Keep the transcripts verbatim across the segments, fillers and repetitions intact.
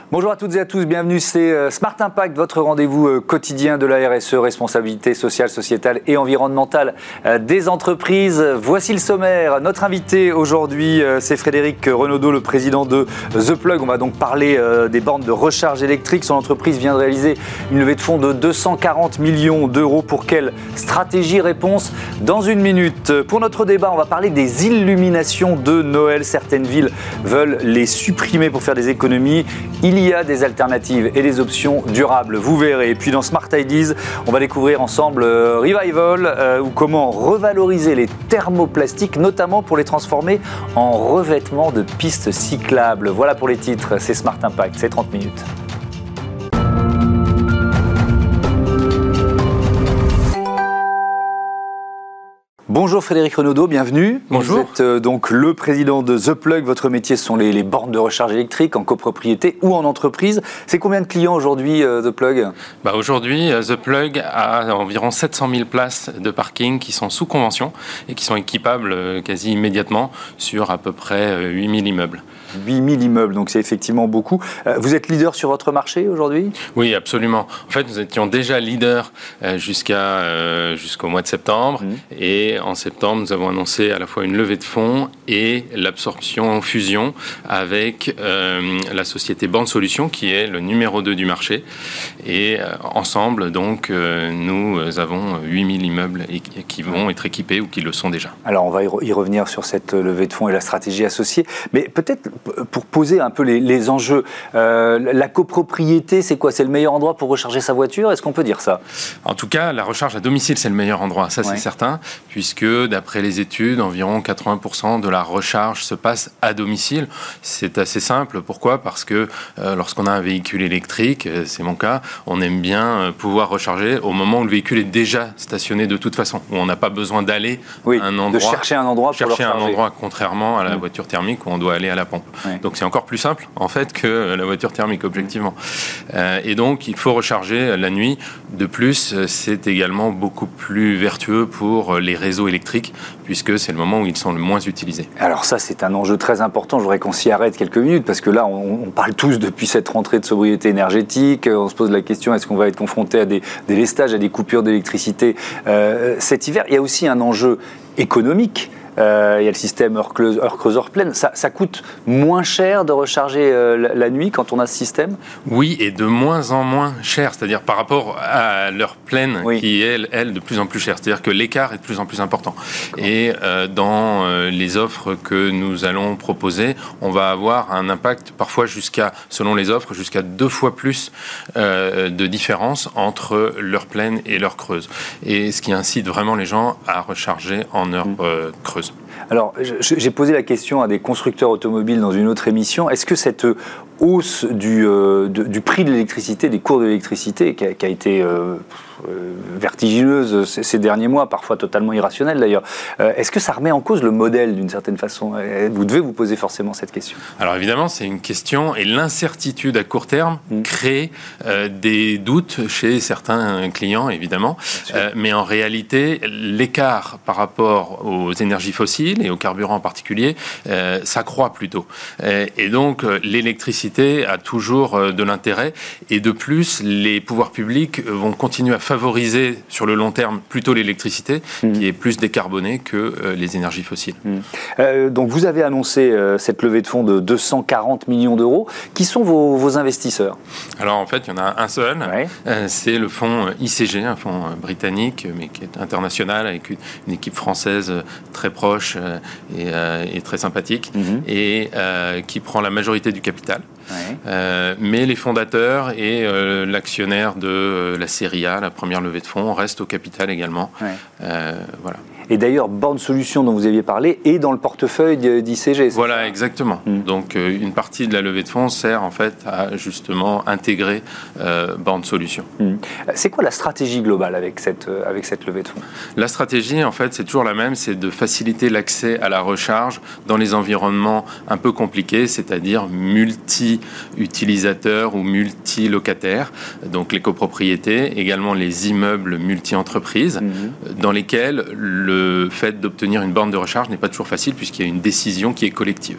Bonjour à toutes et à tous, bienvenue, c'est Smart Impact, votre rendez-vous quotidien de la R S E, responsabilité sociale, sociétale et environnementale des entreprises. Voici le sommaire. Notre invité aujourd'hui, c'est Frédéric Renaudot, le président de The Plug. On va donc parler des bornes de recharge électrique. Son entreprise vient de réaliser une levée de fonds de deux cent quarante millions d'euros. Pour quelle stratégie? Réponse dans une minute. Pour notre débat, on va parler des illuminations de Noël. Certaines villes veulent les supprimer pour faire des économies. Il y a des alternatives et des options durables, vous verrez. Et puis dans Smart Ideas, on va découvrir ensemble euh, Revival euh, ou comment revaloriser les thermoplastiques, notamment pour les transformer en revêtements de pistes cyclables. Voilà pour les titres, c'est Smart Impact, c'est trente minutes. Bonjour Frédéric Renaudot, bienvenue. Bonjour. Vous êtes euh, donc le président de The Plug. Votre métier, ce sont les, les bornes de recharge électrique en copropriété ou en entreprise. C'est combien de clients aujourd'hui, euh, The Plug? bah Aujourd'hui, euh, The Plug a environ sept cent mille places de parking qui sont sous convention et qui sont équipables euh, quasi immédiatement sur à peu près euh, huit mille immeubles. huit mille immeubles, donc c'est effectivement beaucoup. Euh, vous êtes leader sur votre marché aujourd'hui? Oui, absolument. En fait, nous étions déjà leader euh, jusqu'à, euh, jusqu'au mois de septembre. Mmh. Et en septembre, nous avons annoncé à la fois une levée de fonds et l'absorption en fusion avec euh, la société Borne Solutions, qui est le numéro deux du marché. Et euh, ensemble, donc, euh, nous avons huit mille immeubles qui vont être équipés ou qui le sont déjà. Alors, on va y revenir sur cette levée de fonds et la stratégie associée. Mais peut-être pour poser un peu les, les enjeux, euh, la copropriété, c'est quoi? C'est le meilleur endroit pour recharger sa voiture? Est-ce qu'on peut dire ça? En tout cas, la recharge à domicile, c'est le meilleur endroit, ça ouais. c'est certain, puisque d'après les études, environ quatre-vingts pour cent de la recharge se passe à domicile. C'est assez simple. Pourquoi? Parce que euh, lorsqu'on a un véhicule électrique, c'est mon cas, on aime bien pouvoir recharger au moment où le véhicule est déjà stationné de toute façon, où on n'a pas besoin d'aller oui, à un endroit. De chercher un endroit pour chercher le recharger. un endroit, contrairement à la mmh. voiture thermique où on doit aller à la pompe. Oui. Donc c'est encore plus simple en fait que la voiture thermique, objectivement. Euh, et donc il faut recharger la nuit. De plus, c'est également beaucoup plus vertueux pour les réseaux électriques, puisque c'est le moment où ils sont le moins utilisés. Alors ça, c'est un enjeu très important. Je voudrais qu'on s'y arrête quelques minutes, parce que là, on, on parle tous depuis cette rentrée de sobriété énergétique. On se pose la question, est-ce qu'on va être confronté à des délestages, à des coupures d'électricité euh, cet hiver? Il y a aussi un enjeu économique. Euh, il y a le système heure creuse, heure creuse, heure pleine. Ça, ça coûte moins cher de recharger euh, la, la nuit quand on a ce système? Oui, et de moins en moins cher, c'est-à-dire par rapport à l'heure pleine oui. qui est, elle, de plus en plus chère. C'est-à-dire que l'écart est de plus en plus important. Et euh, dans euh, les offres que nous allons proposer, on va avoir un impact parfois jusqu'à, selon les offres, jusqu'à deux fois plus euh, de différence entre l'heure pleine et l'heure creuse. Et ce qui incite vraiment les gens à recharger en heure euh, creuse. Alors, j'ai posé la question à des constructeurs automobiles dans une autre émission. Est-ce que cette hausse du, euh, de, du prix de l'électricité, des cours de l'électricité, qui a, qui a été euh, euh, vertigineuse ces, ces derniers mois, parfois totalement irrationnelle d'ailleurs, euh, est-ce que ça remet en cause le modèle d'une certaine façon? Vous devez vous poser forcément cette question. Alors évidemment, c'est une question, et l'incertitude à court terme mmh. crée euh, des doutes chez certains clients, évidemment. Euh, mais en réalité, l'écart par rapport aux énergies fossiles et aux carburants en particulier, euh, s'accroît plutôt. Euh, et donc, euh, l'électricité a toujours euh, de l'intérêt. Et de plus, les pouvoirs publics vont continuer à favoriser sur le long terme plutôt l'électricité, mmh. qui est plus décarbonée que euh, les énergies fossiles. Mmh. Euh, donc, vous avez annoncé euh, cette levée de fonds de deux cent quarante millions d'euros. Qui sont vos, vos investisseurs? Alors, en fait, il y en a un seul. Ouais. Euh, c'est le fonds I C G, un fonds britannique, mais qui est international, avec une, une équipe française très proche euh, et, euh, et très sympathique, mmh. et euh, qui prend la majorité du capital. Ouais. Euh, mais les fondateurs et euh, l'actionnaire de euh, la série A, la première levée de fonds, restent au capital également. Ouais. Euh, voilà. Et d'ailleurs, Borne Solutions, dont vous aviez parlé, est dans le portefeuille d'I C G. Voilà, ça exactement. Mmh. Donc, euh, une partie de la levée de fonds sert en fait à justement intégrer euh, Borne Solutions. Mmh. C'est quoi la stratégie globale avec cette, euh, avec cette levée de fonds? La stratégie, en fait, c'est toujours la même, c'est de faciliter l'accès à la recharge dans les environnements un peu compliqués, c'est-à-dire multi-utilisateurs ou multi-locataires, donc les copropriétés, également les immeubles multi-entreprises, mmh. dans lesquels le le fait d'obtenir une borne de recharge n'est pas toujours facile puisqu'il y a une décision qui est collective.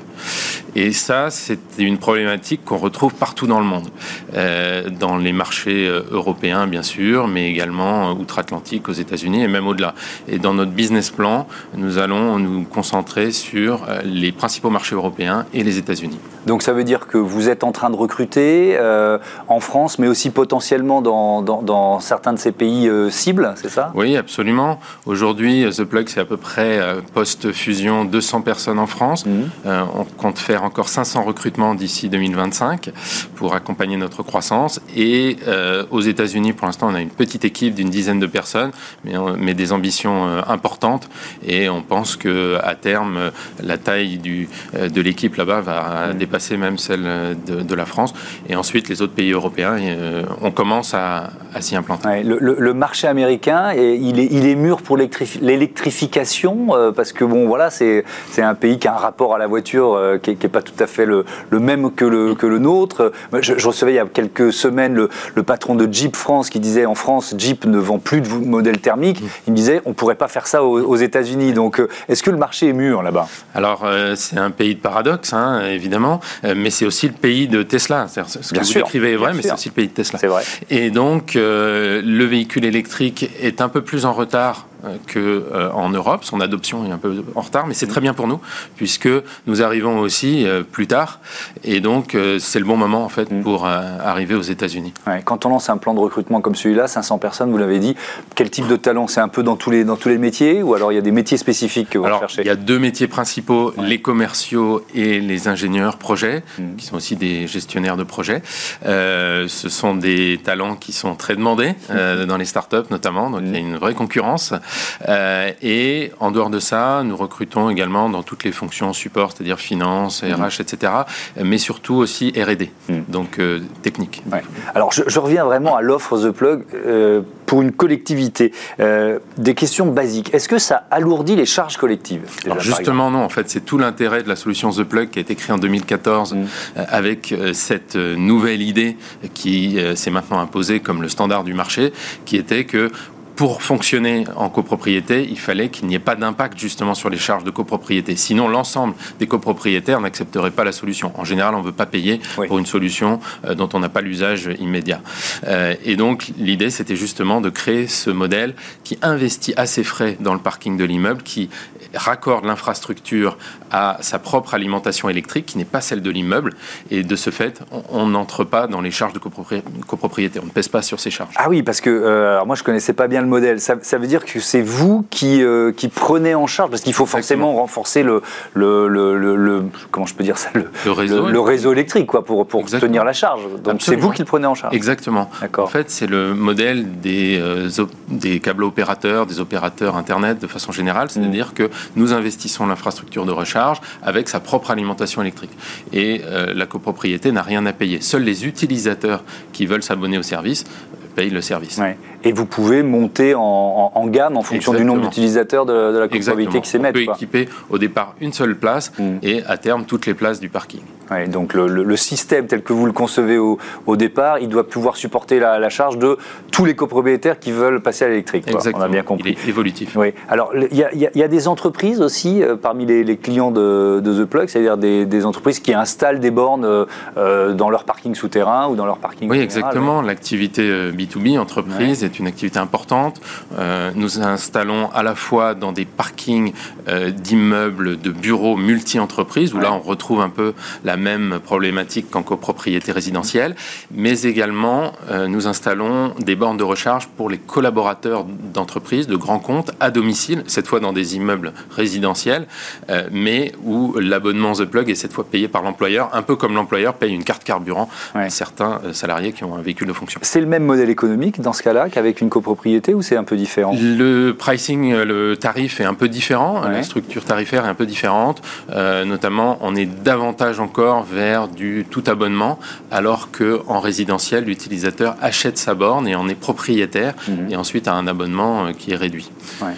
Et ça, c'est une problématique qu'on retrouve partout dans le monde, euh, dans les marchés européens bien sûr, mais également outre-Atlantique, aux États-Unis et même au-delà. Et dans notre business plan, nous allons nous concentrer sur les principaux marchés européens et les États-Unis. Donc ça veut dire que vous êtes en train de recruter euh, en France, mais aussi potentiellement dans, dans, dans certains de ces pays euh, cibles, c'est ça ? Oui, absolument. Aujourd'hui, The Plug, c'est à peu près, euh, post-fusion, deux cents personnes en France. Mmh. Euh, on compte faire encore cinq cents recrutements d'ici deux mille vingt-cinq pour accompagner notre croissance. Et euh, aux États-Unis, pour l'instant, on a une petite équipe d'une dizaine de personnes, mais, mais des ambitions euh, importantes. Et on pense qu'à terme, la taille du, euh, de l'équipe là-bas va mmh. dépasser même celle de, de la France. Et ensuite, les autres pays européens, euh, on commence à, à s'y implanter. Ouais, le, le, le marché américain, et il, est, il est mûr pour l'électrification, euh, parce que bon, voilà, c'est, c'est un pays qui a un rapport à la voiture euh, qui n'est pas tout à fait le, le même que le, que le nôtre. Je, je recevais il y a quelques semaines le, le patron de Jeep France qui disait en France, Jeep ne vend plus de modèles thermiques. Il me disait, on ne pourrait pas faire ça aux, aux États-Unis. Donc, euh, est-ce que le marché est mûr là-bas ? Alors, euh, c'est un pays de paradoxe, hein, évidemment, euh, mais c'est aussi le pays de Tesla. C'est-à-dire, ce que bien vous sûr, décrivez est vrai, mais sûr. C'est aussi le pays de Tesla. C'est vrai. Et donc, euh, le véhicule électrique est un peu plus en retard qu'en euh, Europe. Son adoption est un peu en retard, mais c'est très bien pour nous, puisque nous arrivons aussi euh, plus tard. Et donc, euh, c'est le bon moment, en fait, pour euh, arriver aux États-Unis. Ouais, quand on lance un plan de recrutement comme celui-là, cinq cents personnes, vous l'avez dit, quel type de talent ? C'est un peu dans tous les, dans tous les métiers, ou alors il y a des métiers spécifiques que vous alors, recherchez ? Il y a deux métiers principaux, ouais. les commerciaux et les ingénieurs projets, mmh. qui sont aussi des gestionnaires de projets. Euh, ce sont des talents qui sont très demandés euh, dans les startups, notamment. Donc, mmh. il y a une vraie concurrence. Euh, et en dehors de ça, nous recrutons également dans toutes les fonctions support, c'est-à-dire finance, R H, mmh. et cetera, mais surtout aussi R et D, mmh. donc euh, technique. Ouais. Alors, je, je reviens vraiment à l'offre The Plug euh, pour une collectivité. Euh, des questions basiques. Est-ce que ça alourdit les charges collectives déjà, Alors justement, non. En fait, c'est tout l'intérêt de la solution The Plug qui a été créée en deux mille quatorze mmh. euh, avec euh, cette euh, nouvelle idée qui euh, s'est maintenant imposée comme le standard du marché, qui était que pour fonctionner en copropriété, il fallait qu'il n'y ait pas d'impact justement sur les charges de copropriété. Sinon, l'ensemble des copropriétaires n'accepteraient pas la solution. En général, on ne veut pas payer oui. pour une solution euh, dont on n'a pas l'usage immédiat. Euh, et donc, l'idée, c'était justement de créer ce modèle qui investit à ses frais dans le parking de l'immeuble, qui raccorde l'infrastructure à sa propre alimentation électrique, qui n'est pas celle de l'immeuble. Et de ce fait, on n'entre pas dans les charges de copropri- copropriété. On ne pèse pas sur ces charges. Ah oui, parce que euh, alors moi, je ne connaissais pas bien le modèle. Ça, ça veut dire que c'est vous qui, euh, qui prenez en charge, parce qu'il faut forcément Exactement. renforcer le, le, le, le, le, comment je peux dire ça, le, le, réseau, le, le réseau électrique quoi, pour, pour tenir la charge. Donc Absolument. C'est vous qui le prenez en charge. Exactement. D'accord. En fait, c'est le modèle des, euh, op- des câbles opérateurs, des opérateurs Internet de façon générale, c'est-à-dire mmh. que nous investissons l'infrastructure de recharge avec sa propre alimentation électrique. Et euh, la copropriété n'a rien à payer. Seuls les utilisateurs qui veulent s'abonner au service payent le service. Ouais. Et vous pouvez monter en, en, en gamme en fonction Exactement. du nombre d'utilisateurs de, de la copropriété qui s'émettent. On peut quoi. équiper au départ une seule place mmh. et à terme toutes les places du parking. Ouais, donc le, le, le système tel que vous le concevez au, au départ, il doit pouvoir supporter la, la charge de tous les copropriétaires qui veulent passer à l'électrique. Exactement. On a bien compris. Il est évolutif. Oui. Alors il y, y, y a des entreprises aussi euh, parmi les, les clients de, de The Plug, c'est-à-dire des, des entreprises qui installent des bornes euh, dans leur parking souterrain ou dans leur parking. Oui, général, exactement. Ouais. L'activité B deux B entreprise ouais. est une activité importante. Euh, nous installons à la fois dans des parkings euh, d'immeubles, de bureaux multi-entreprises, où ouais. là on retrouve un peu la même problématique qu'en copropriété résidentielle, mais également euh, nous installons des bornes de recharge pour les collaborateurs d'entreprises, de grands comptes, à domicile, cette fois dans des immeubles résidentiels, euh, mais où l'abonnement The Plug est cette fois payé par l'employeur, un peu comme l'employeur paye une carte carburant ouais. à certains euh, salariés qui ont un véhicule de fonction. C'est le même modèle économique dans ce cas-là qu'avec une copropriété ou c'est un peu différent ? Le pricing, le tarif est un peu différent, ouais. la structure tarifaire est un peu différente, euh, notamment on est davantage encore vers du tout abonnement, alors qu'en résidentiel, l'utilisateur achète sa borne et en est propriétaire, mmh. et ensuite a un abonnement qui est réduit. Ouais.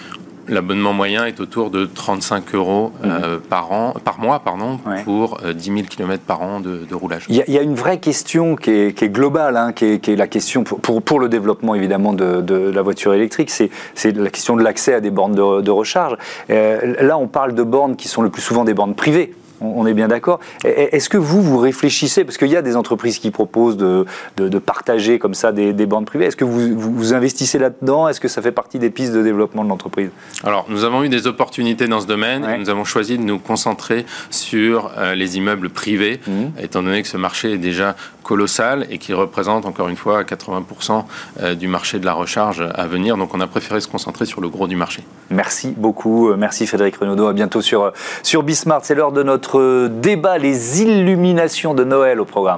L'abonnement moyen est autour de trente-cinq euros euh, mmh. par an, par mois, pardon, ouais. pour euh, dix mille kilomètres par an de, de roulage. Il y, y a une vraie question qui est, qui est globale, hein, qui, est, qui est la question pour, pour, pour le développement évidemment de, de la voiture électrique, c'est, c'est la question de l'accès à des bornes de, de recharge. Euh, là, on parle de bornes qui sont le plus souvent des bornes privées. On est bien d'accord. Est-ce que vous, vous réfléchissez, parce qu'il y a des entreprises qui proposent de, de, de partager comme ça des, des bornes privées, est-ce que vous, vous, vous investissez là-dedans? Est-ce que ça fait partie des pistes de développement de l'entreprise? Alors, nous avons eu des opportunités dans ce domaine. Ouais. Et nous avons choisi de nous concentrer sur euh, les immeubles privés, mmh. étant donné que ce marché est déjà colossal et qui représente encore une fois quatre-vingts pour cent du marché de la recharge à venir. Donc on a préféré se concentrer sur le gros du marché. Merci beaucoup. Merci Frédéric Renaudot. À bientôt sur, sur Bismart. C'est l'heure de notre débat, les illuminations de Noël au programme.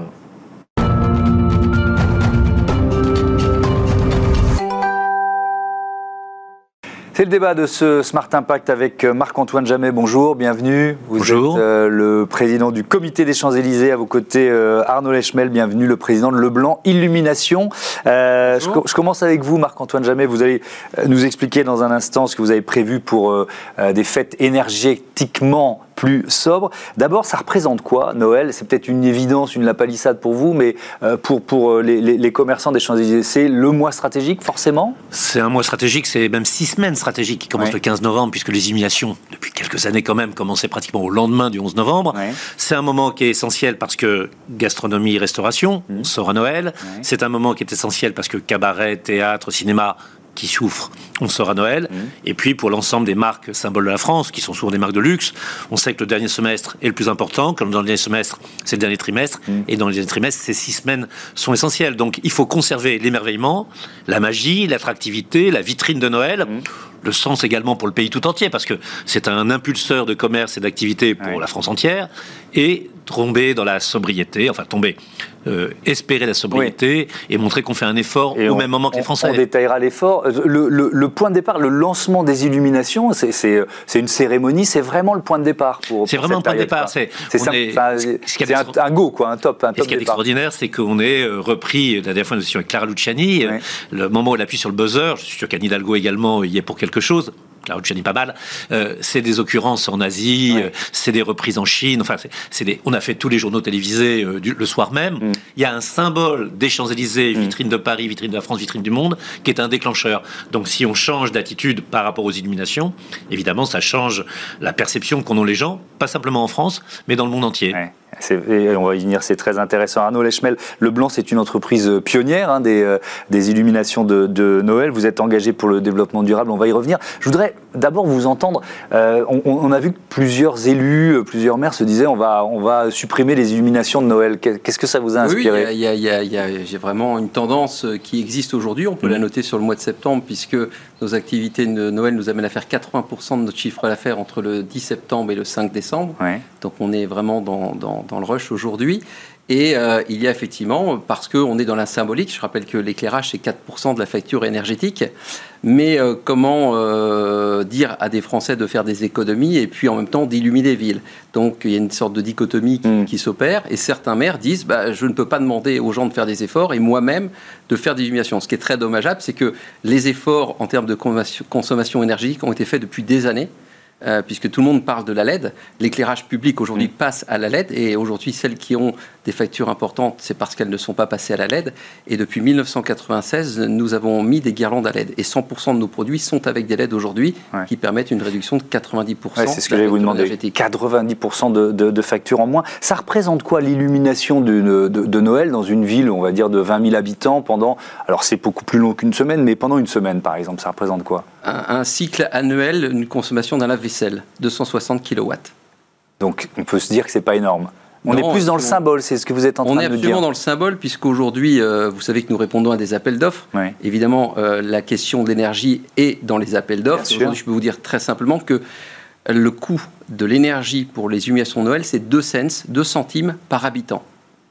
C'est le débat de ce Smart Impact avec Marc-Antoine Jamet. Bonjour, bienvenue. Vous Bonjour. êtes euh, le président du comité des Champs-Élysées. À vos côtés, euh, Arnaud Lechmel, bienvenue, le président de Leblanc Illumination. Euh, je, je commence avec vous, Marc-Antoine Jamet. Vous allez nous expliquer dans un instant ce que vous avez prévu pour euh, des fêtes énergétiquement plus sobre. D'abord, ça représente quoi, Noël? C'est peut-être une évidence, une lapalissade pour vous, mais euh, pour, pour les, les, les commerçants des Champs-Élysées, c'est le mois stratégique, forcément? C'est un mois stratégique, c'est même six semaines stratégiques qui commencent ouais. le quinze novembre, puisque les illuminations, depuis quelques années quand même, commençaient pratiquement au lendemain du onze novembre. Ouais. C'est un moment qui est essentiel parce que gastronomie, restauration, mmh. on sort à Noël. Ouais. C'est un moment qui est essentiel parce que cabaret, théâtre, cinéma, qui souffrent, on sort à Noël. Mmh. Et puis pour l'ensemble des marques symboles de la France, qui sont souvent des marques de luxe, on sait que le dernier semestre est le plus important. Comme dans le dernier semestre, c'est le dernier trimestre. Mmh. Et dans le dernier trimestre, ces six semaines sont essentielles. Donc il faut conserver l'émerveillement, la magie, l'attractivité, la vitrine de Noël. Mmh. Le sens également pour le pays tout entier, parce que c'est un impulseur de commerce et d'activité pour ouais. la France entière, et tomber dans la sobriété, enfin tomber, euh, espérer la sobriété, oui. et montrer qu'on fait un effort et au on, même moment que on, les Français. On détaillera l'effort. Le, le, le point de départ, le lancement des illuminations, c'est, c'est, c'est une cérémonie, c'est vraiment le point de départ pour, C'est pour vraiment cette un point de départ. C'est, c'est, ça, est, enfin, c'est, c'est un, un go, quoi, un top, un top. Et ce qui est extraordinaire, c'est qu'on est repris, la dernière fois nous étions avec Clara Luciani, ouais. le moment où elle appuie sur le buzzer, je suis sûr qu'Anne Hidalgo également y est pour quelque chose. Clara Luciani pas mal, euh, c'est des occurrences en Asie, ouais. euh, c'est des reprises en Chine, enfin, c'est, c'est des, on a fait tous les journaux télévisés euh, du, le soir même. Mm. Il y a un symbole des Champs-Élysées, mm. vitrine de Paris, vitrine de la France, vitrine du monde, qui est un déclencheur. Donc si on change d'attitude par rapport aux illuminations, évidemment, ça change la perception qu'en ont les gens, pas simplement en France, mais dans le monde entier. Ouais. C'est, et on va y venir, c'est très intéressant. Arnaud Lechmel, Leblanc, c'est une entreprise pionnière hein, des, euh, des illuminations de, de Noël. Vous êtes engagé pour le développement durable, on va y revenir. Je voudrais d'abord vous entendre. Euh, on, on a vu que plusieurs élus, plusieurs maires se disaient on va, on va supprimer les illuminations de Noël. Qu'est-ce que ça vous a inspiré? Oui, il y a, il y a, il y a, il y a vraiment une tendance qui existe aujourd'hui. On peut mmh. la noter sur le mois de septembre, puisque nos activités de Noël nous amènent à faire quatre-vingts pour cent de notre chiffre d'affaires entre le dix septembre et le cinq décembre. Ouais. Donc on est vraiment dans, dans, dans le rush aujourd'hui. Et euh, il y a effectivement, parce qu'on est dans la symbolique, je rappelle que l'éclairage c'est quatre pour cent de la facture énergétique, mais euh, comment euh, dire à des Français de faire des économies et puis en même temps d'illuminer les villes? Donc il y a une sorte de dichotomie qui, mmh. qui s'opère, et certains maires disent bah, je ne peux pas demander aux gens de faire des efforts et moi-même de faire des illuminations. Ce qui est très dommageable, c'est que les efforts en termes de consommation énergétique ont été faits depuis des années. Euh, puisque tout le monde parle de la L E D. L'éclairage public aujourd'hui mmh. passe à la L E D, et aujourd'hui celles qui ont des factures importantes, c'est parce qu'elles ne sont pas passées à la L E D. Et depuis dix-neuf cent quatre-vingt-seize, nous avons mis des guirlandes à L E D, et cent pour cent de nos produits sont avec des L E D aujourd'hui, ouais. qui permettent une réduction de quatre-vingt-dix pour cent. Ouais, c'est ce que j'allais vous demander. quatre-vingt-dix pour cent de, de, de factures en moins. Ça représente quoi l'illumination de, de, de Noël dans une ville, on va dire, de vingt mille habitants pendant, alors c'est beaucoup plus long qu'une semaine, mais pendant une semaine par exemple, ça représente quoi? un, un cycle annuel, une consommation d'un lave-vaisselle, deux cent soixante kilowatts. Donc on peut se dire que c'est pas énorme. On non, est plus dans le symbole, c'est ce que vous êtes en train de dire. On est absolument dans le symbole, puisqu'aujourd'hui, euh, vous savez que nous répondons à des appels d'offres. Oui. Évidemment, euh, la question de l'énergie est dans les appels d'offres. Aujourd'hui, je peux vous dire très simplement que le coût de l'énergie pour les illuminations de Noël, c'est deux cents, deux centimes par habitant.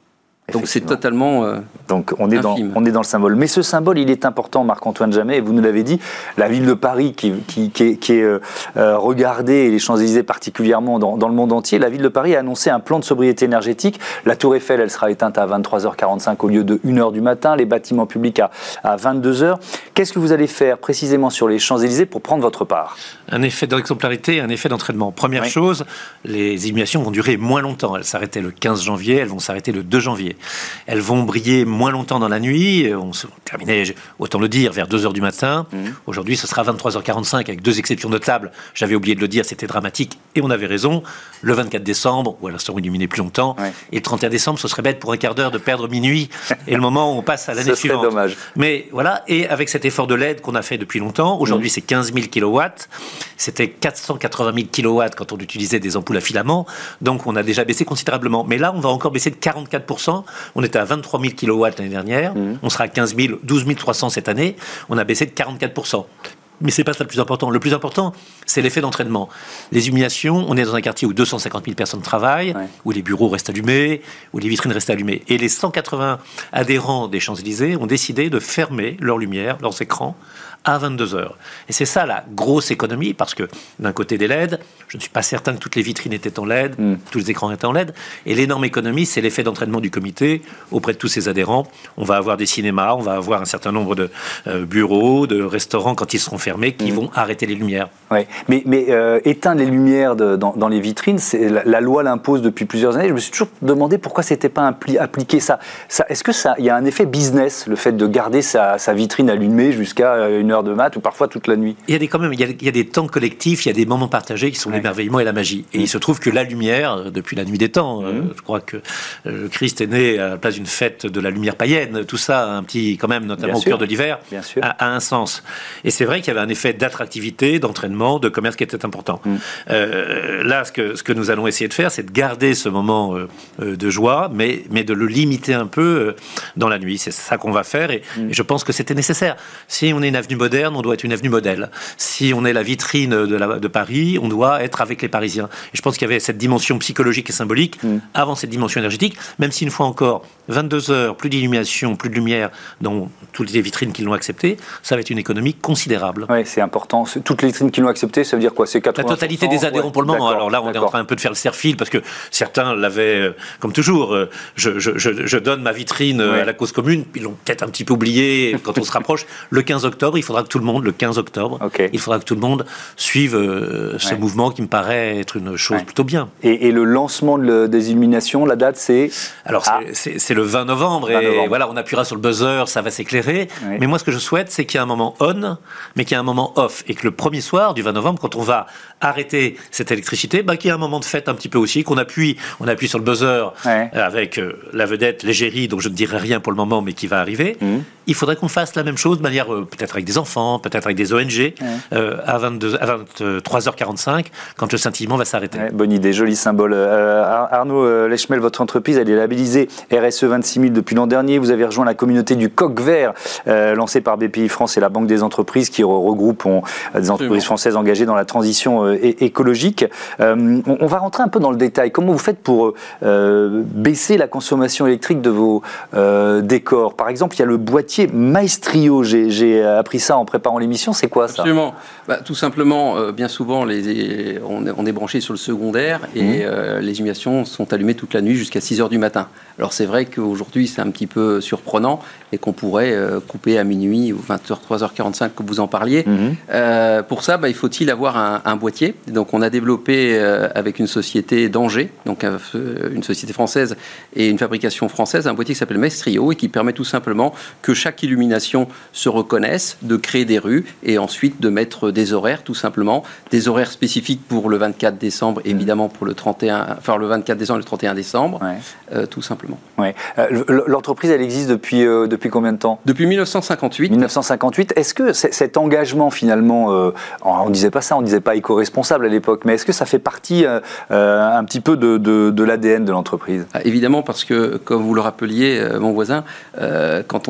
Donc c'est totalement euh, Donc on est, dans, on est dans le symbole. Mais ce symbole, il est important, Marc-Antoine Jammet, et vous nous l'avez dit, la ville de Paris qui, qui, qui est, qui est euh, regardée, et les Champs-Élysées particulièrement dans, dans le monde entier, la ville de Paris a annoncé un plan de sobriété énergétique. La Tour Eiffel, elle sera éteinte à vingt-trois heures quarante-cinq au lieu de une heure du matin, les bâtiments publics à, à vingt-deux heures. Qu'est-ce que vous allez faire précisément sur les Champs-Élysées pour prendre votre part? Un effet d'exemplarité, un effet d'entraînement. Première oui. chose, les illuminations vont durer moins longtemps. Elles s'arrêtaient le quinze janvier, elles vont s'arrêter le deux janvier. Elles vont briller moins longtemps dans la nuit. On se terminait, autant le dire, vers deux heures du matin. Mmh. Aujourd'hui, ce sera vingt-trois heures quarante-cinq, avec deux exceptions notables. J'avais oublié de le dire, c'était dramatique, et on avait raison. Le vingt-quatre décembre, où elles seront illuminées plus longtemps, ouais. et le trente et un décembre, ce serait bête pour un quart d'heure de perdre minuit, et le moment où on passe à l'année suivante. Ce serait dommage. Mais voilà, et avec cet effort de L E D qu'on a fait depuis longtemps, aujourd'hui mmh. c'est quinze mille kilowatts, c'était quatre cent quatre-vingt mille kilowatts quand on utilisait des ampoules à filaments, donc on a déjà baissé considérablement. Mais là, on va encore baisser de quarante-quatre pour cent. On était à vingt-trois mille kilowatts l'année dernière, mmh. on sera à quinze mille, douze mille trois cents cette année, on a baissé de quarante-quatre pour cent. Mais c'est pas ça le plus important. Le plus important, c'est l'effet d'entraînement. Les illuminations, on est dans un quartier où deux cent cinquante mille personnes travaillent, ouais. où les bureaux restent allumés, où les vitrines restent allumées. Et les cent quatre-vingts adhérents des Champs-Élysées ont décidé de fermer leurs lumières, leurs écrans, à vingt-deux heures. Et c'est ça la grosse économie, parce que d'un côté des L E D, je ne suis pas certain que toutes les vitrines étaient en L E D, mm. tous les écrans étaient en L E D, et l'énorme économie, c'est l'effet d'entraînement du comité auprès de tous ses adhérents. On va avoir des cinémas, on va avoir un certain nombre de euh, bureaux, de restaurants, quand ils seront fermés, qui mm. vont arrêter les lumières. Oui, mais, mais euh, éteindre les lumières de, dans, dans les vitrines, c'est, la, la loi l'impose depuis plusieurs années. Je me suis toujours demandé pourquoi c'était pas impli- appliqué ça. ça. Est-ce que ça, il y a un effet business, le fait de garder sa, sa vitrine allumée jusqu'à une heure de mat ou parfois toute la nuit? Il y a des, quand même, il y a, il y a des temps collectifs, il y a des moments partagés qui sont ouais. l'émerveillement et la magie. Et mmh. il se trouve que la lumière, depuis la nuit des temps, mmh. euh, je crois que euh, le Christ est né à la place d'une fête de la lumière païenne, tout ça, un petit, quand même, notamment Bien au sûr. cœur de l'hiver, a, a un sens. Et c'est vrai qu'il y avait un effet d'attractivité, d'entraînement, de commerce qui était important. Mmh. Euh, là, ce que, ce que nous allons essayer de faire, c'est de garder ce moment euh, euh, de joie, mais, mais de le limiter un peu euh, dans la nuit. C'est ça qu'on va faire, et, mmh. et je pense que c'était nécessaire. Si on est une avenue moderne, on doit être une avenue modèle. Si on est la vitrine de, la, de Paris, on doit être avec les Parisiens. Et je pense qu'il y avait cette dimension psychologique et symbolique mmh. avant cette dimension énergétique, même si une fois encore, vingt-deux heures, plus d'illumination, plus de lumière dans toutes les vitrines qui l'ont accepté, ça va être une économie considérable. Oui, c'est important. Toutes les vitrines qui l'ont accepté, ça veut dire quoi? C'est quatre-vingts pour cent. La totalité des adhérents ouais. pour le moment. D'accord, Alors là, on d'accord. est en train un peu de faire le cerf-fil, parce que certains l'avaient, comme toujours, je, je, je, je donne ma vitrine ouais. à la cause commune, ils l'ont peut-être un petit peu oublié quand on se rapproche. Le quinze octobre, il faudra que tout le monde, le quinze octobre, okay. il faudra que tout le monde suive euh, ce ouais. mouvement qui me paraît être une chose ouais. plutôt bien. Et, et le lancement de le, des illuminations, la date, c'est Alors, ah. c'est, c'est, c'est le vingt novembre, vingt novembre, et voilà, on appuiera sur le buzzer, ça va s'éclairer. Ouais. Mais moi, ce que je souhaite, c'est qu'il y ait un moment on, mais qu'il y ait un moment off, et que le premier soir du vingt novembre, quand on va arrêter cette électricité, bah, qu'il y ait un moment de fête un petit peu aussi, qu'on appuie, on appuie sur le buzzer ouais. avec euh, la vedette l'égérie, dont je ne dirai rien pour le moment, mais qui va arriver. Mmh. Il faudrait qu'on fasse la même chose de manière, euh, peut-être avec des enfants, peut-être avec des O N G, ouais. euh, à, vingt-deux, à vingt-trois heures quarante-cinq, quand le scintillement va s'arrêter. Ouais, bonne idée, joli symbole. Euh, Arnaud euh, Lechmel, votre entreprise, elle est labellisée R S E vingt-six mille depuis l'an dernier. Vous avez rejoint la communauté du Coq Vert, euh, lancée par B P I France et la Banque des entreprises, qui regroupe on, des entreprises françaises engagées dans la transition euh, écologique. Euh, on, on va rentrer un peu dans le détail. Comment vous faites pour euh, baisser la consommation électrique de vos euh, décors? Par exemple, il y a le boîtier Maestrio. J'ai, j'ai appris ça en préparant l'émission. C'est quoi ça? Absolument. Bah, tout simplement, euh, bien souvent, les, les, on, est, on est branché sur le secondaire et mmh. euh, les illuminations sont allumées toute la nuit jusqu'à six heures du matin. Alors c'est vrai qu'aujourd'hui, c'est un petit peu surprenant et qu'on pourrait euh, couper à minuit ou vingt-trois heures quarante-cinq, que vous en parliez. Mmh. Euh, pour ça, bah, il faut-il avoir un, un boîtier. Donc on a développé euh, avec une société d'Angers, donc euh, une société française et une fabrication française, un boîtier qui s'appelle Maestrio et qui permet tout simplement que chaque illumination se reconnaisse, de créer des rues et ensuite de mettre des horaires, tout simplement, des horaires spécifiques pour le vingt-quatre décembre, évidemment pour le trente et un, enfin le vingt-quatre décembre et le trente et un décembre, ouais. euh, tout simplement. Ouais. Euh, l'entreprise, elle existe depuis euh, depuis combien de temps? Depuis dix-neuf cent cinquante-huit. dix-neuf cent cinquante-huit. Est-ce que cet engagement finalement, euh, on disait pas ça, on disait pas éco-responsable à l'époque, mais est-ce que ça fait partie euh, un petit peu de, de, de l'A D N de l'entreprise? Ah, évidemment, parce que comme vous le rappeliez, euh, mon voisin, euh, quand on avait des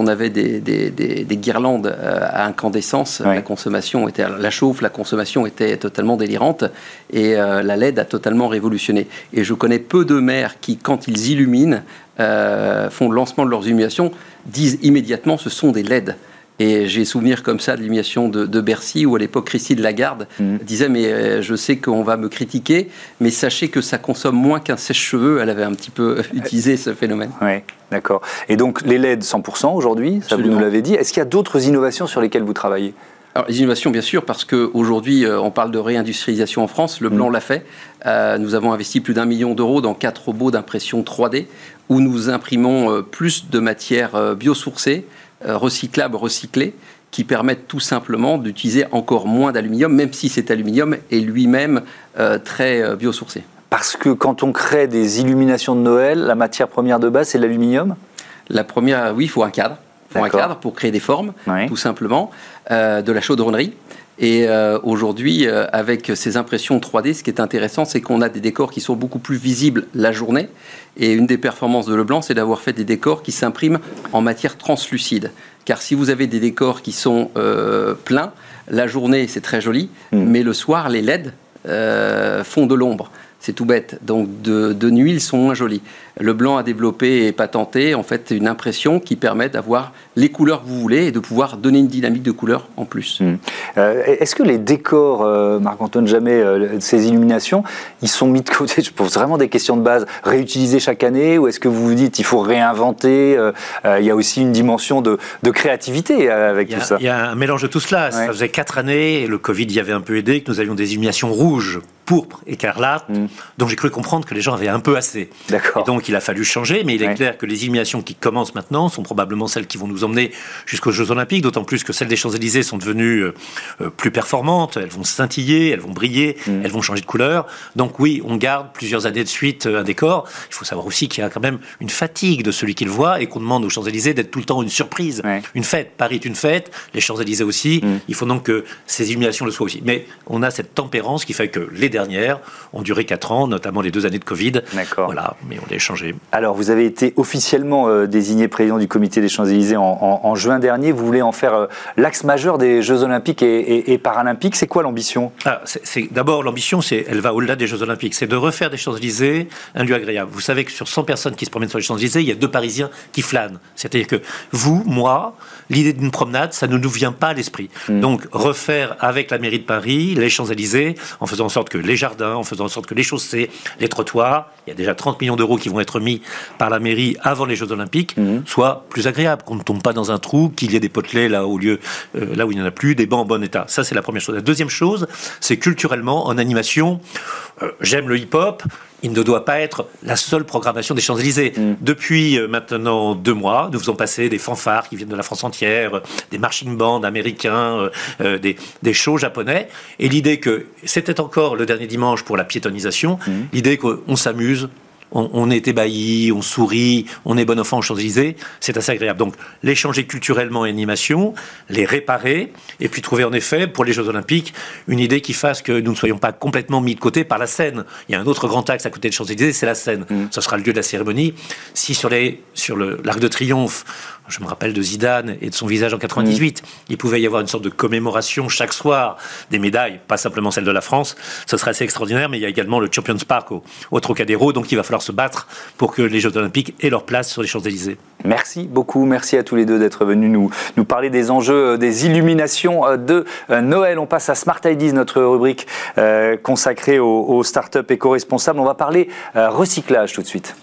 des, des, des, des guirlandes à incandescence. Ouais. La consommation était, la chauffe, la consommation était totalement délirante et euh, la L E D a totalement révolutionné. Et je connais peu de maires qui, quand ils illuminent, euh, font le lancement de leurs illuminations, disent immédiatement ce sont des L E D. Et j'ai souvenir comme ça de l'illumination de, de Bercy, où à l'époque Christine Lagarde mmh. disait mais euh, je sais qu'on va me critiquer, mais sachez que ça consomme moins qu'un sèche-cheveux. Elle avait un petit peu utilisé ce phénomène. Oui, d'accord. Et donc les L E D cent pour cent aujourd'hui, ça vous nous l'avez dit. Est-ce qu'il y a d'autres innovations sur lesquelles vous travaillez ? Alors, les innovations, bien sûr, parce qu'aujourd'hui, euh, on parle de réindustrialisation en France. Le Blanc mmh. l'a fait. Euh, nous avons investi plus d'un million d'euros dans quatre robots d'impression trois D, où nous imprimons euh, plus de matières euh, biosourcées, euh, recyclables, recyclées, qui permettent tout simplement d'utiliser encore moins d'aluminium, même si cet aluminium est lui-même euh, très euh, biosourcé. Parce que quand on crée des illuminations de Noël, la matière première de base, c'est l'aluminium ? La première, oui, il faut un cadre. Il faut un cadre pour créer des formes, oui. tout simplement, euh, de la chaudronnerie. Et euh, aujourd'hui, euh, avec ces impressions trois D, ce qui est intéressant, c'est qu'on a des décors qui sont beaucoup plus visibles la journée. Et une des performances de Leblanc, c'est d'avoir fait des décors qui s'impriment en matière translucide. Car si vous avez des décors qui sont euh, pleins, la journée, c'est très joli, mmh. mais le soir, les L E D euh, font de l'ombre. C'est tout bête. Donc, de, de nuit, ils sont moins jolis. Leblanc a développé et patenté, en fait, une impression qui permet d'avoir les couleurs que vous voulez et de pouvoir donner une dynamique de couleurs en plus. Mmh. Euh, est-ce que les décors, euh, Marc-Antoine Jamet, euh, ces illuminations, ils sont mis de côté, je pose vraiment des questions de base, réutilisés chaque année, ou est-ce que vous vous dites il faut réinventer euh, euh, il y a aussi une dimension de, de créativité avec a, tout ça. Il y a un mélange de tout cela. Ouais. Ça faisait quatre années, et le Covid y avait un peu aidé, que nous avions des illuminations rouges, pourpre, écarlate, mmh. donc j'ai cru comprendre que les gens avaient un peu assez. D'accord. Et donc il a fallu changer, mais il est ouais. clair que les illuminations qui commencent maintenant sont probablement celles qui vont nous emmener jusqu'aux Jeux Olympiques, d'autant plus que celles des Champs-Élysées sont devenues euh, plus performantes, elles vont scintiller, elles vont briller, mmh. elles vont changer de couleur. Donc oui, on garde plusieurs années de suite un décor. Il faut savoir aussi qu'il y a quand même une fatigue de celui qui le voit et qu'on demande aux Champs-Élysées d'être tout le temps une surprise, ouais. une fête. Paris est une fête, les Champs-Élysées aussi. Mmh. Il faut donc que ces illuminations le soient aussi. Mais on a cette tempérance qui fait que les dernières ont duré quatre ans, notamment les deux années de Covid. D'accord. Voilà, mais on les a changées. Alors, vous avez été officiellement euh, désigné président du comité des Champs-Élysées en, en, en juin dernier. Vous voulez en faire euh, l'axe majeur des Jeux Olympiques et, et, et Paralympiques. C'est quoi l'ambition ? ah, c'est, c'est, D'abord, l'ambition, c'est, elle va au-delà des Jeux Olympiques. C'est de refaire des Champs-Élysées un lieu agréable. Vous savez que sur cent personnes qui se promènent sur les Champs-Élysées, il y a deux Parisiens qui flânent. C'est-à-dire que vous, moi, l'idée d'une promenade, ça ne nous vient pas à l'esprit. Mmh. Donc, refaire avec la mairie de Paris les Champs-Élysées, en faisant en sorte que les jardins, en faisant en sorte que les chaussées, les trottoirs, il y a déjà trente millions d'euros qui vont être mis par la mairie avant les Jeux Olympiques, mmh. soient plus agréables, qu'on ne tombe pas dans un trou, qu'il y ait des potelets là, au lieu, euh, là où il n'y en a plus, des bancs en bon état. Ça, c'est la première chose. La deuxième chose, c'est culturellement, en animation, euh, j'aime le hip-hop, il ne doit pas être la seule programmation des Champs-Élysées. Mmh. Depuis euh, maintenant deux mois, nous faisons passer des fanfares qui viennent de la France entière, euh, des marching bands américains, euh, euh, des, des shows japonais. Et l'idée que, c'était encore le dernier dimanche pour la piétonisation, mmh. l'idée qu'on s'amuse, on, on est ébahi, on sourit, on est bon enfant aux Champs-Élysées, c'est assez agréable. Donc, les changer culturellement et animation, les réparer, et puis trouver en effet, pour les Jeux Olympiques, une idée qui fasse que nous ne soyons pas complètement mis de côté par la Seine. Il y a un autre grand axe à côté des Champs-Élysées, c'est la Seine. Mmh. Ce sera le lieu de la cérémonie. Si sur, les, sur le, l'Arc de Triomphe, je me rappelle de Zidane et de son visage en quatre-vingt-dix-huit. Mmh. Il pouvait y avoir une sorte de commémoration chaque soir des médailles, pas simplement celle de la France. Ce serait assez extraordinaire, mais il y a également le Champions Park au, au Trocadéro, donc il va falloir se battre pour que les Jeux Olympiques aient leur place sur les Champs-Élysées. Merci beaucoup, merci à tous les deux d'être venus nous, nous parler des enjeux des illuminations de Noël. On passe à Smart Ideas, notre rubrique euh, consacrée aux, aux startups éco-responsables. On va parler euh, recyclage tout de suite.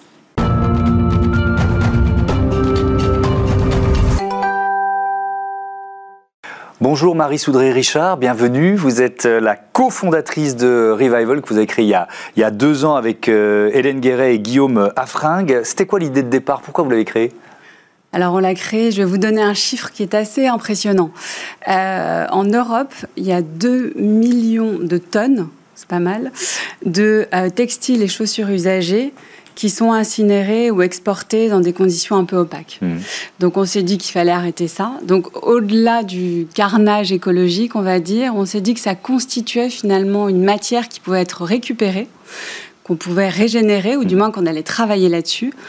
Bonjour Marie Soudré-Richard, bienvenue. Vous êtes la cofondatrice de Revival que vous avez créé il y a, il y a deux ans avec euh, Hélène Guéret et Guillaume Affringue. C'était quoi l'idée de départ ? Pourquoi vous l'avez créé ? Alors on l'a créé, je vais vous donner un chiffre qui est assez impressionnant. Euh, en Europe, il y a deux millions de tonnes, c'est pas mal, de euh, textiles et chaussures usagées qui sont incinérés ou exportés dans des conditions un peu opaques. Mmh. Donc on s'est dit qu'il fallait arrêter ça. Donc au-delà du carnage écologique, on va dire, on s'est dit que ça constituait finalement une matière qui pouvait être récupérée, qu'on pouvait régénérer, ou du moins qu'on allait travailler là-dessus,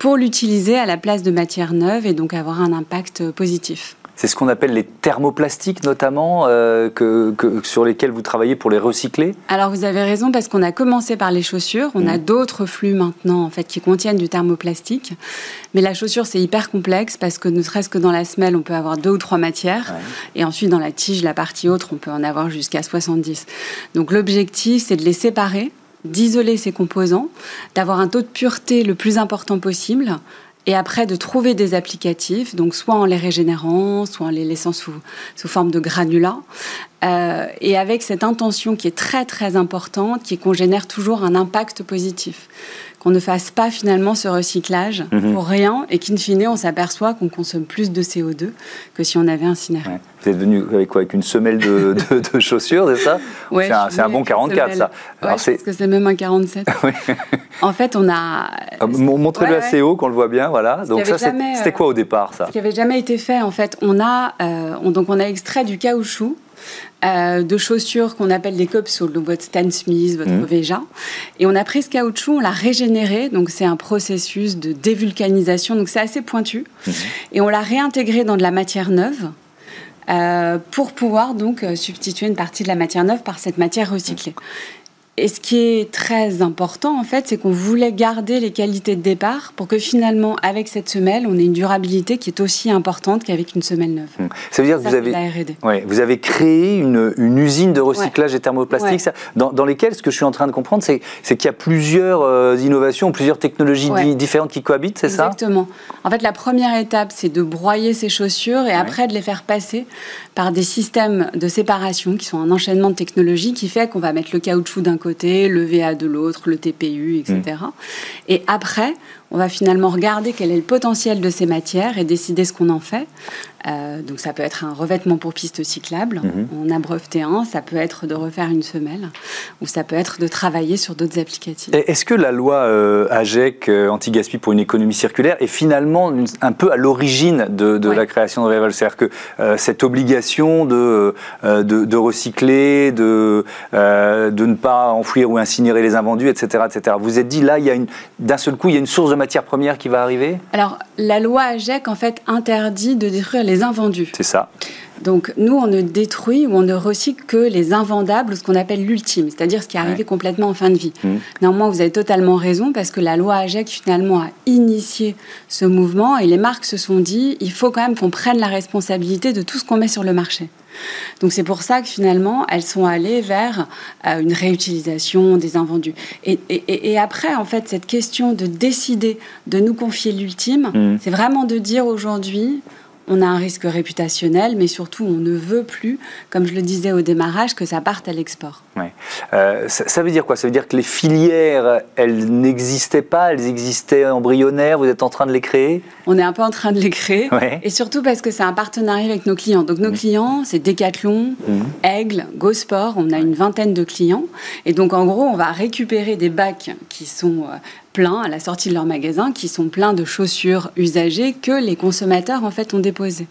pour l'utiliser à la place de matières neuves et donc avoir un impact positif. C'est ce qu'on appelle les thermoplastiques notamment, euh, que, que, sur lesquels vous travaillez pour les recycler? Alors vous avez raison, parce qu'on a commencé par les chaussures, on mmh. a d'autres flux maintenant en fait, qui contiennent du thermoplastique, mais la chaussure c'est hyper complexe parce que ne serait-ce que dans la semelle on peut avoir deux ou trois matières, ouais. et ensuite dans la tige, la partie autre, on peut en avoir jusqu'à soixante-dix. Donc l'objectif c'est de les séparer, d'isoler ces composants, d'avoir un taux de pureté le plus important possible, et après de trouver des applicatifs, donc soit en les régénérant, soit en les laissant sous, sous forme de granulats, euh, et avec cette intention qui est très très importante, qui est qu'on génère toujours un impact positif, qu'on ne fasse pas finalement ce recyclage mmh. pour rien, et qu'in fine on s'aperçoit qu'on consomme plus de C O deux que si on avait incinéré. Ouais. Vous êtes venu avec quoi? Avec une semelle de, de, de chaussures, c'est ça? Ouais, c'est un, c'est un bon quarante-quatre, ça. Ouais, Alors, je c'est... pense que c'est même un quarante-sept. Oui. En fait, on a... Montrez-le ouais, assez haut, qu'on le voit bien, voilà. Donc ça, jamais, c'était quoi au départ, ça? Ce qui n'avait jamais été fait, en fait. On a, euh, on, donc on a extrait du caoutchouc Euh, de chaussures qu'on appelle des cupsoles, donc votre Stan Smith, votre mmh. Veja. Et on a pris ce caoutchouc, on l'a régénéré, donc c'est un processus de dévulcanisation, donc c'est assez pointu. Mmh. Et on l'a réintégré dans de la matière neuve euh, pour pouvoir donc substituer une partie de la matière neuve par cette matière recyclée. Mmh. Et ce qui est très important, en fait, c'est qu'on voulait garder les qualités de départ pour que finalement, avec cette semelle, on ait une durabilité qui est aussi importante qu'avec une semelle neuve. Mmh. Ça veut dire ça, que vous avez, la R et D. Ouais, vous avez créé une, une usine de recyclage ouais. des thermoplastiques, ouais. ça, dans, dans lesquelles, ce que je suis en train de comprendre, c'est, c'est qu'il y a plusieurs euh, innovations, plusieurs technologies ouais. di- différentes qui cohabitent, c'est Exactement. ça? Exactement. En fait, la première étape, c'est de broyer ces chaussures et ouais. après de les faire passer par des systèmes de séparation qui sont un enchaînement de technologies qui fait qu'on va mettre le caoutchouc d'un côté, le V A de l'autre, le T P U, et cetera. Mmh. Et après, on va finalement regarder quel est le potentiel de ces matières et décider ce qu'on en fait. Euh, donc ça peut être un revêtement pour piste cyclable, mmh. on a breveté un, ça peut être de refaire une semelle, ou ça peut être de travailler sur d'autres applicatifs. Est-ce que la loi euh, AGEC, euh, anti-gaspi pour une économie circulaire, est finalement une, un peu à l'origine de, de ouais. la création de Revival? C'est-à-dire que euh, cette obligation de, euh, de, de recycler, de, euh, de ne pas enfouir ou incinérer les invendus, et cetera, et cetera. Vous vous êtes dit, là, il y a une, d'un seul coup, il y a une source de matière première qui va arriver? Alors, la loi AGEC, en fait, interdit de détruire les invendus. C'est ça. Donc, nous, on ne détruit ou on ne recycle que les invendables, ce qu'on appelle l'ultime, c'est-à-dire ce qui est arrivé ouais. complètement en fin de vie. Mmh. Néanmoins, vous avez totalement raison, parce que la loi AGEC, finalement, a initié ce mouvement, et les marques se sont dit, il faut quand même qu'on prenne la responsabilité de tout ce qu'on met sur le marché. Donc c'est pour ça que finalement elles sont allées vers euh, une réutilisation des invendus. Et, et, et après en fait cette question de décider de nous confier l'ultime, mmh. c'est vraiment de dire aujourd'hui on a un risque réputationnel, mais surtout on ne veut plus, comme je le disais au démarrage, que ça parte à l'export. Ouais. Euh, ça, ça veut dire quoi? Ça veut dire que les filières, elles n'existaient pas, elles existaient embryonnaires, vous êtes en train de les créer? On est un peu en train de les créer, ouais. et surtout parce que c'est un partenariat avec nos clients. Donc nos mmh. clients, c'est Decathlon, mmh. Aigle, Go Sport, on a une vingtaine de clients. Et donc en gros, on va récupérer des bacs qui sont euh, pleins à la sortie de leur magasin, qui sont pleins de chaussures usagées que les consommateurs en fait ont déposées.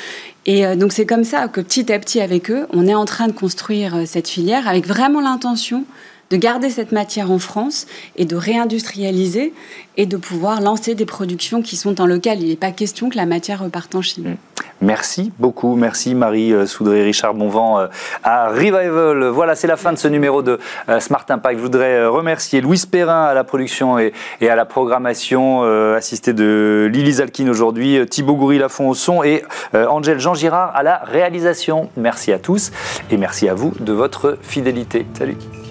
Et euh, donc c'est comme ça que petit à petit avec eux, on est en train de construire euh, cette filière avec vraiment l'intention de garder cette matière en France et de réindustrialiser et de pouvoir lancer des productions qui sont en local. Il n'est pas question que la matière reparte en Chine. Merci beaucoup. Merci Marie Soudré et Richard Bonvent à Revival. Voilà, c'est la fin de ce numéro de Smart Impact. Je voudrais remercier Louise Perrin à la production et, et à la programmation, euh, assistée de Lily Zalkin aujourd'hui, Thibaut Goury-Lafont au son et euh, Angèle Jean Girard à la réalisation. Merci à tous et merci à vous de votre fidélité. Salut.